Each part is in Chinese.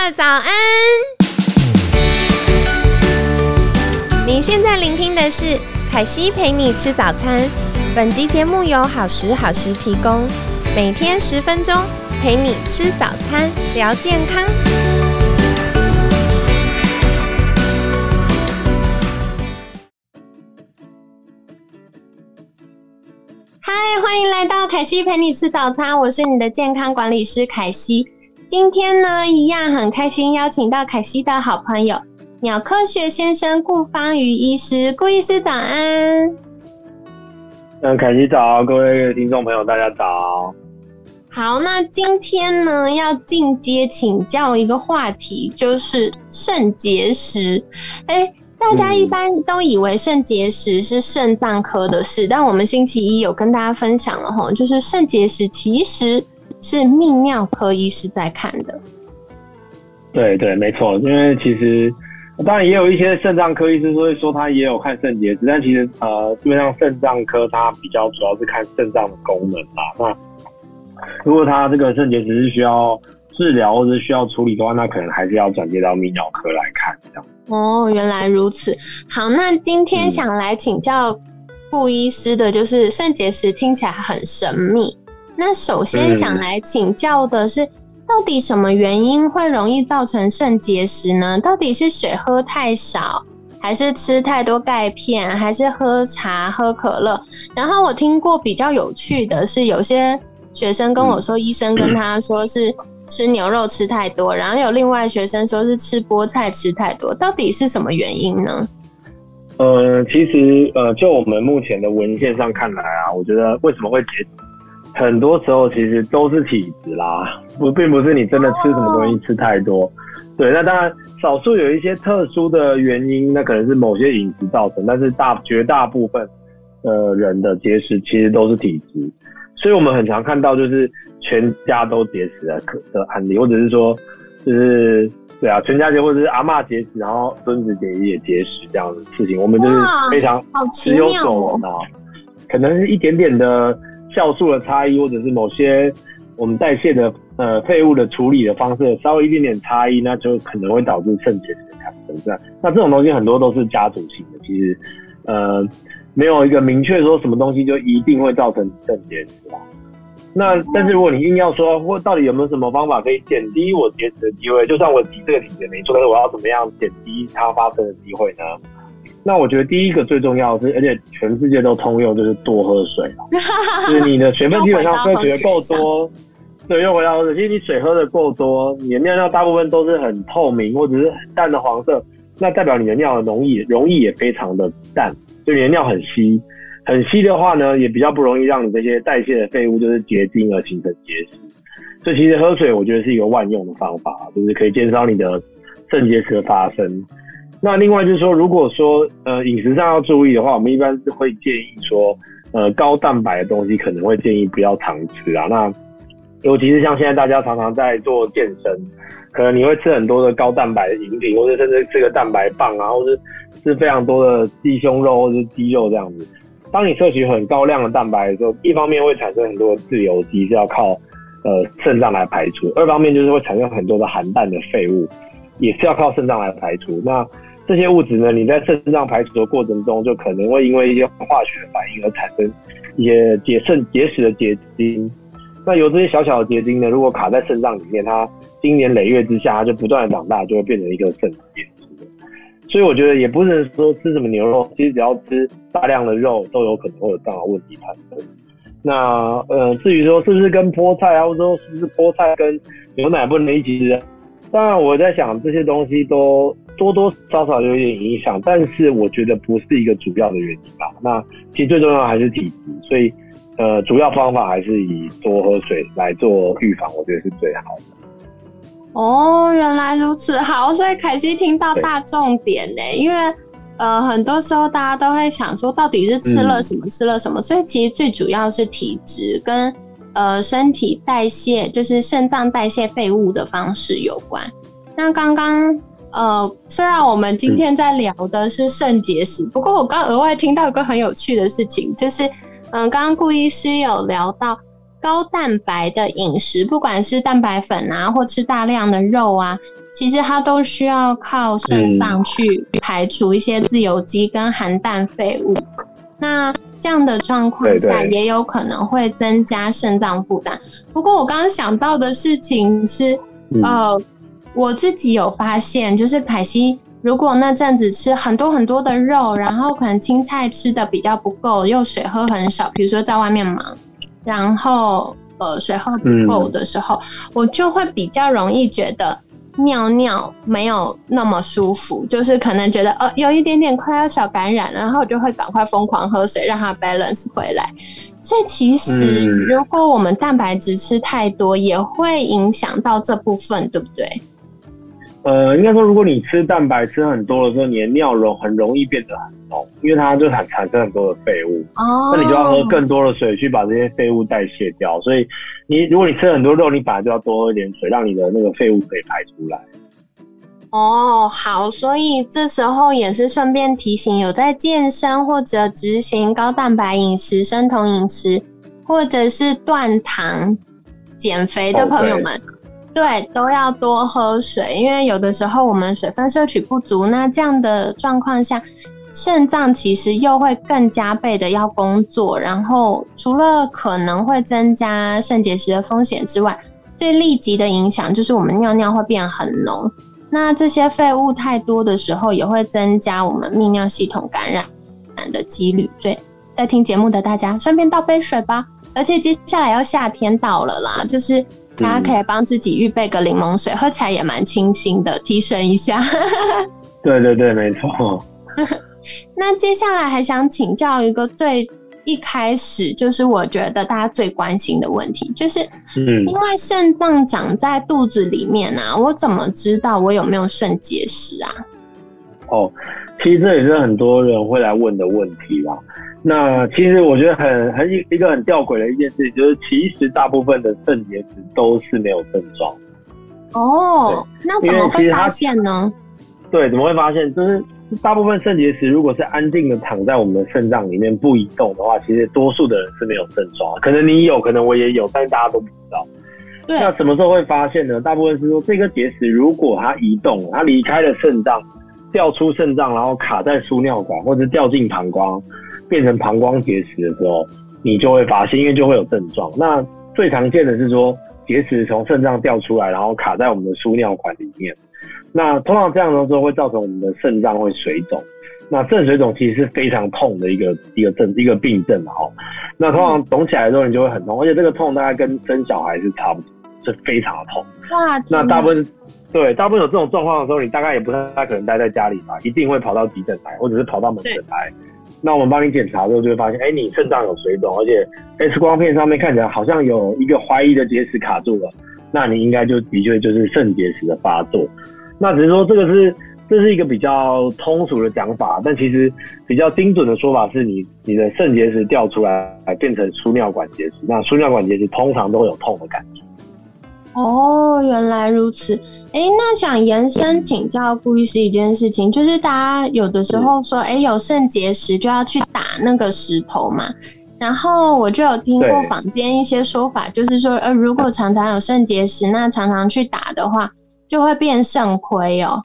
早安！你现在聆听的是凯西陪你吃早餐。本集节目由好时好食提供，每天10分钟陪你吃早餐，聊健康。嗨，欢迎来到凯西陪你吃早餐，我是你的健康管理师凯西。今天呢，一样很开心邀请到凯西的好朋友鸟科学先生顾芳瑜医师。顾医师早安。 凯西早，各位听众朋友大家早。 好，那今天呢要进阶请教一个话题，就是肾结石。大家一般都以为肾结石是肾脏科的事，但我们星期一有跟大家分享了齁，就是肾结石其实是泌尿科医师在看的。 对，没错，因为其实当然也有一些肾脏科医师会说他也有看肾结石，但其实基本上肾脏科它比较主要是看肾脏的功能啦。那如果他这个肾结石是需要治疗或者需要处理的话，那可能还是要转接到泌尿科来看这样。 哦，原来如此。好，那今天想来请教顾医师的就是肾结石听起来很神秘。那首先想来请教的是，到底什么原因会容易造成肾结石呢？到底是水喝太少，还是吃太多钙片，还是喝茶喝可乐？然后我听过比较有趣的是，有些学生跟我说，医生跟他说是吃牛肉吃太多，然后有另外学生说是吃菠菜吃太多，到底是什么原因呢？ 其实就我们目前的文献上看来啊，我觉得为什么会结石，很多时候其实都是体质啦，并不是你真的吃什么东西吃太多。对，那当然少数有一些特殊的原因，那可能是某些饮食造成，但是绝大部分人的结石其实都是体质。所以我们很常看到就是全家都结石的案例，或者是说就是对啊，全家结或者是阿嬷结石，然后孙子也结石这样的事情，我们就是非常只有所闻啊。可能是一点点的酵素的差异，或者是某些我们代谢的废物的处理的方式稍微一点点差异，那就可能会导致肾结石的产生。那这种东西很多都是家族性的，其实没有一个明确说什么东西就一定会造成肾结石啦。那但是如果你硬要说，或到底有没有什么方法可以减低我结石的机会？就算我这个体质没错，但是我要怎么样减低它发生的机会呢？那我觉得第一个最重要的是，而且全世界都通用，就是多喝水啦。就是你的水分基本上喝水够多，对，又回到喝水。其实你水喝的够多，你的尿大部分都是很透明或者是很淡的黄色，那代表你的尿的溶液也非常的淡。所以你的尿很稀，很稀的话呢，也比较不容易让你这些代谢的废物就是结晶而形成结石。所以其实喝水我觉得是一个万用的方法，就是可以减少你的肾结石的发生。那另外就是说，如果说饮食上要注意的话，我们一般是会建议说高蛋白的东西可能会建议不要常吃啊。那尤其是像现在大家常常在做健身，可能你会吃很多的高蛋白的饮品，或者甚至吃个蛋白棒啊，或者是非常多的鸡胸肉或者是鸡肉这样子。当你摄取很高量的蛋白的时候，一方面会产生很多的自由基是要靠肾脏来排除，二方面就是会产生很多的含氮的废物，也是要靠肾脏来排除。那这些物质呢，你在肾脏排除的过程中，就可能会因为一些化学反应而产生一些结石的结晶。那由这些小小的结晶呢，如果卡在肾脏里面，它经年累月之下，它就不断的长大，就会变成一个肾结石。所以我觉得也不是说吃什么牛肉，其实只要吃大量的肉，都有可能会有这样的问题产生。那至于说是不是跟菠菜啊，或者说是不是菠菜跟牛奶不能一起吃，当然我在想这些东西都多多少少有点影响，但是我觉得不是一个主要的原因吧。那其实最重要的还是体质，所以主要方法还是以多喝水来做预防，我觉得是最好的。 哦，原来如此。好，所以凯西听到大重点呢，因为很多时候大家都会想说到底是吃了什么吃了什么，所以其实最主要是体质跟身体代谢，就是肾脏代谢废物的方式有关。那刚刚虽然我们今天在聊的是肾结石，不过我刚额外听到一个很有趣的事情，就是刚刚顾医师有聊到高蛋白的饮食，不管是蛋白粉啊，或吃大量的肉啊， 其实它都需要靠肾脏去排除一些自由基跟含氮废物。那这样的状况下，也有可能会增加肾脏负担。不过我刚刚想到的事情是，我自己有发现，就是凯西如果那阵子吃很多很多的肉，然后可能青菜吃的比较不够，又水喝很少，比如说在外面忙，然后水喝不够的时候，我就会比较容易觉得尿尿没有那么舒服，就是可能觉得有一点点快要小感染，然后我就会赶快疯狂喝水，让它 balance 回来。所以其实如果我们蛋白质吃太多，也会影响到这部分，对不对？ 应该说，如果你吃蛋白吃很多的时候，你的尿很容易变得很浓，因为它就产生很多的废物。那你就要喝更多的水去把这些废物代谢掉。所以如果你吃很多肉，你本来就要多喝一点水，让你的那个废物可以排出来。 好，所以这时候也是顺便提醒有在健身或者执行高蛋白饮食、生酮饮食，或者是断糖减肥的朋友们。对，都要多喝水，因为有的时候我们水分摄取不足，那这样的状况下，肾脏其实又会更加倍的要工作，然后除了可能会增加肾结石的风险之外，最立即的影响就是我们尿尿会变很浓，那这些废物太多的时候，也会增加我们泌尿系统感染的几率。所以在听节目的大家，顺便倒杯水吧。而且接下来要夏天到了啦，就是大家可以帮自己预备个柠檬水，喝起来也蛮清新的，提神一下。 对对对，没错。 那接下来还想请教一个最一开始就是我觉得大家最关心的问题，就是因为肾脏长在肚子里面啊，我怎么知道我有没有肾结石啊？ 其实这也是很多人会来问的问题啦。那其实我觉得一个很吊诡的一件事情，就是其实大部分的肾结石都是没有症状。 那怎么会发现呢？ 对，怎么会发现？就是大部分肾结石如果是安静的躺在我们的肾脏里面不移动的话，其实多数的人是没有症状。可能你有，可能我也有，但是大家都不知道。 对。 那什么时候会发现呢？大部分是说这个结石如果它移动，它离开了肾脏，掉出肾脏，然后卡在输尿管或者掉进膀胱，变成膀胱结石的时候，你就会发现，因为就会有症状。那最常见的是说结石从肾脏掉出来，然后卡在我们的输尿管里面。那通常这样的时候会造成我们的肾脏会水肿。那肾水肿其实是非常痛的一个病症嘛。那通常肿起来的时候你就会很痛，而且这个痛大概跟生小孩是差不多，是非常的痛。 哇！ 那大部分有这种状况的时候，你大概也不太可能待在家里吧，一定会跑到急诊来，或者是跑到门诊来。那我们帮你检查之后，就会发现，你肾脏有水肿，而且 X 光片上面看起来好像有一个怀疑的结石卡住了，那你应该就的确就是肾结石的发作。那只是说这是一个比较通俗的讲法，但其实比较精准的说法是你的肾结石掉出来变成输尿管结石，那输尿管结石通常都会有痛的感觉。 原来如此。那想延伸请教顾医师一件事情，就是大家有的时候说有肾结石就要去打那个石头嘛，然后我就有听过坊间一些说法，就是说如果常常有肾结石，那常常去打的话就会变肾亏哦。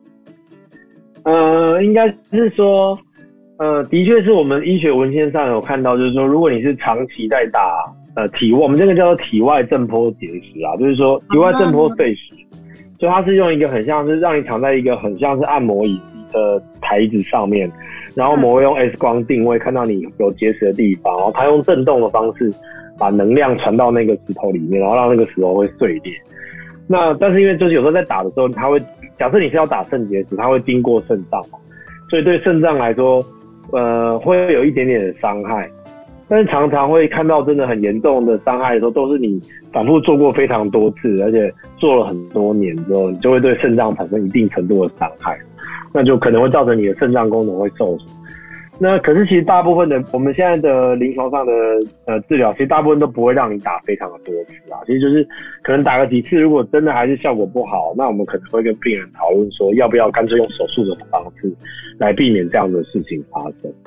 应该是说的确是我们医学文献上有看到，就是说如果你是长期在打我们这个叫做体外震波结石啊，就是说体外震波碎石，就它是用一个很像是让你躺在一个很像是按摩椅的台子上面，然后我们会用 X 光定位看到你有结石的地方，然后它用震动的方式把能量传到那个石头里面，然后让那个石头会碎裂。那但是因为就是有时候在打的时候，它会假设你是要打肾结石，它会经过肾脏嘛，所以对肾脏来说会有一点点的伤害。但是常常会看到真的很严重的伤害的时候，都是你反复做过非常多次，而且做了很多年之后，你就会对肾脏产生一定程度的伤害，那就可能会造成你的肾脏功能会受损。那可是其实大部分的我们现在的临床上的治疗，其实大部分都不会让你打非常的多次啊，其实就是可能打个几次，如果真的还是效果不好，那我们可能会跟病人讨论说，要不要干脆用手术的方式来避免这样的事情发生。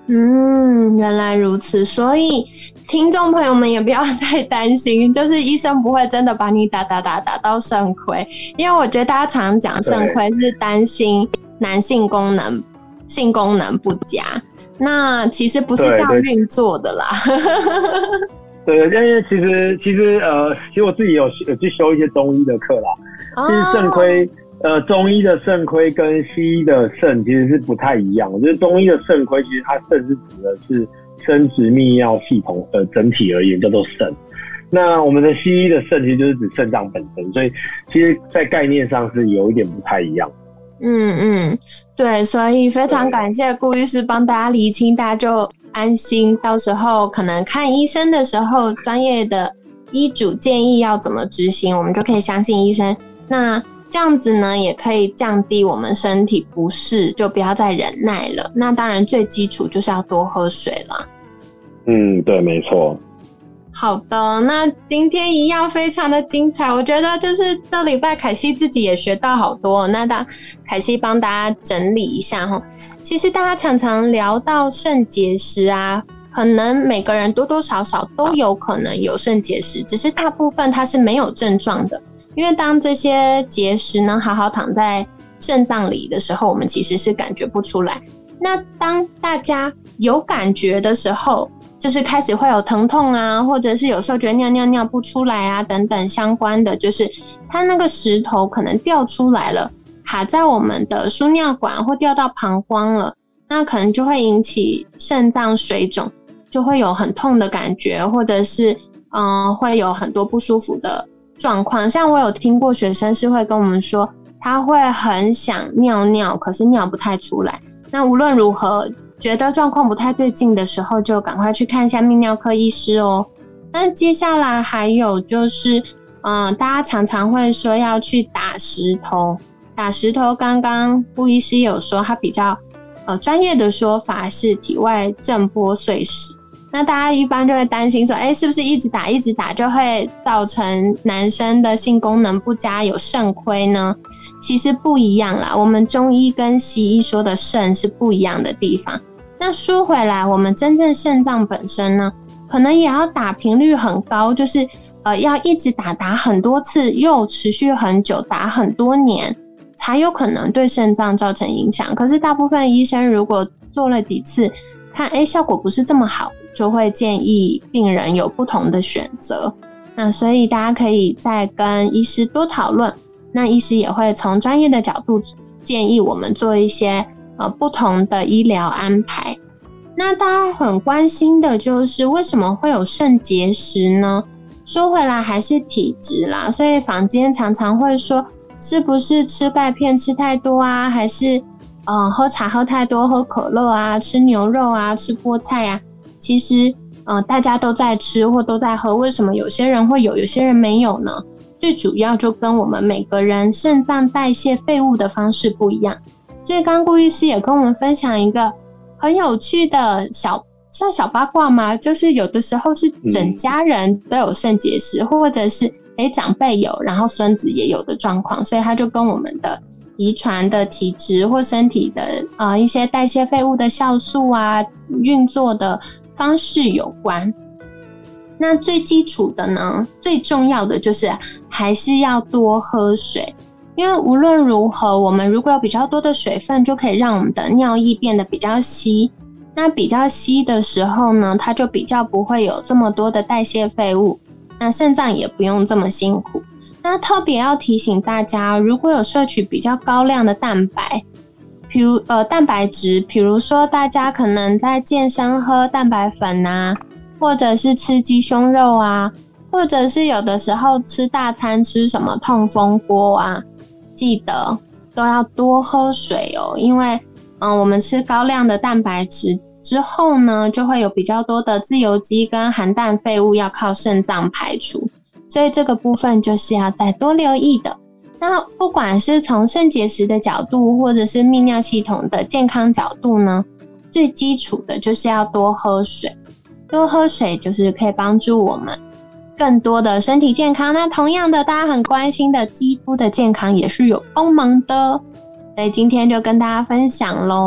原来如此，所以听众朋友们也不要太担心，就是医生不会真的把你打到肾亏，因为我觉得大家常讲肾亏是担心男性性功能不佳，那其实不是这样运作的啦。 对，因为其实我自己有去修一些中医的课啦，其实肾亏。中医的肾亏跟西医的肾其实是不太一样的，就是中医的肾亏，其实它肾是指的是生殖泌尿系统的整体而言叫做肾。那我们的西医的肾其实就是指肾脏本身，所以其实在概念上是有一点不太一样。 对，所以非常感谢顾医师帮大家厘清，大家就安心，到时候可能看医生的时候，专业的医嘱建议要怎么执行，我们就可以相信医生。那这样子呢，也可以降低我们身体不适，就不要再忍耐了。那当然最基础就是要多喝水了。 对，没错。 好的，那今天一样非常的精彩，我觉得就是这礼拜凯西自己也学到好多。那凯西帮大家整理一下齁，其实大家常常聊到肾结石啊，可能每个人多多少少都有可能有肾结石，只是大部分它是没有症状的。因为当这些结石呢好好躺在肾脏里的时候，我们其实是感觉不出来。那当大家有感觉的时候，就是开始会有疼痛啊，或者是有时候觉得尿不出来啊等等相关的，就是它那个石头可能掉出来了，卡在我们的输尿管或掉到膀胱了，那可能就会引起肾脏水肿，就会有很痛的感觉，或者是会有很多不舒服的状况。像我有听过学生是会跟我们说，他会很想尿，可是尿不太出来。那无论如何，觉得状况不太对劲的时候，就赶快去看一下泌尿科医师哦。那接下来还有就是，大家常常会说要去打石头。打石头，刚刚顾医师有说，他比较专业的说法是体外震波碎石。那大家一般就会担心说，是不是一直打就会造成男生的性功能不佳，有肾亏呢？其实不一样啦，我们中医跟西医说的肾是不一样的地方。那说回来，我们真正肾脏本身呢，可能也要打频率很高，就是要一直打很多次，又持续很久，打很多年，才有可能对肾脏造成影响。可是大部分医生如果做了几次，看效果不是这么好，就会建议病人有不同的选择。那所以大家可以再跟医师多讨论，那医师也会从专业的角度建议我们做一些不同的医疗安排。那大家很关心的就是为什么会有肾结石呢？说回来还是体质啦，所以坊间常常会说是不是吃钙片吃太多啊，还是喝茶喝太多，喝可乐啊，吃牛肉啊，吃菠菜啊。其实大家都在吃或都在喝，为什么有些人会有些人没有呢？最主要就跟我们每个人肾脏代谢废物的方式不一样。所以刚顾医师也跟我们分享一个很有趣的算小八卦吗？就是有的时候是整家人都有肾结石，或者是长辈有，然后孙子也有的状况，所以他就跟我们的遗传的体质或身体的一些代谢废物的酵素啊运作的方式有关。那最基础的呢，最重要的就是还是要多喝水，因为无论如何，我们如果有比较多的水分，就可以让我们的尿液变得比较稀。那比较稀的时候呢，它就比较不会有这么多的代谢废物，那肾脏也不用这么辛苦。那特别要提醒大家，如果有摄取比较高量的蛋白，蛋白质，比如说大家可能在健身喝蛋白粉啊，或者是吃鸡胸肉啊，或者是有的时候吃大餐吃什么痛风锅啊，记得都要多喝水哦，因为我们吃高量的蛋白质之后呢，就会有比较多的自由基跟含氮废物要靠肾脏排除，所以这个部分就是要再多留意的。那不管是从肾结石的角度，或者是泌尿系统的健康角度呢，最基础的就是要多喝水。多喝水就是可以帮助我们更多的身体健康。那同样的，大家很关心的肌肤的健康也是有帮忙的。所以今天就跟大家分享咯。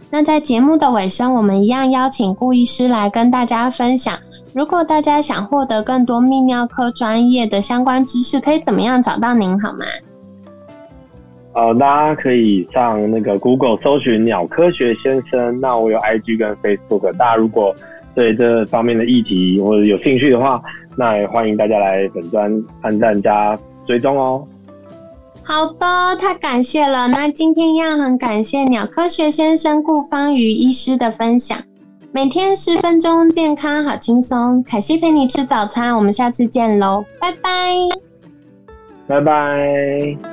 那在节目的尾声，我们一样邀请顾医师来跟大家分享，如果大家想获得更多泌尿科专业的相关知识，可以怎么样找到您好吗？ 大家可以上那个 Google 搜寻鸟科学先生，那我有 IG 跟 Facebook， 大家如果对这方面的议题或者有兴趣的话，那也欢迎大家来本专按赞加追踪哦。 好的，太感谢了。那今天一样很感谢鸟科学先生顾芳瑜医师的分享。每天10分钟，健康好轻松。凯西陪你吃早餐，我们下次见喽，拜拜， 拜拜。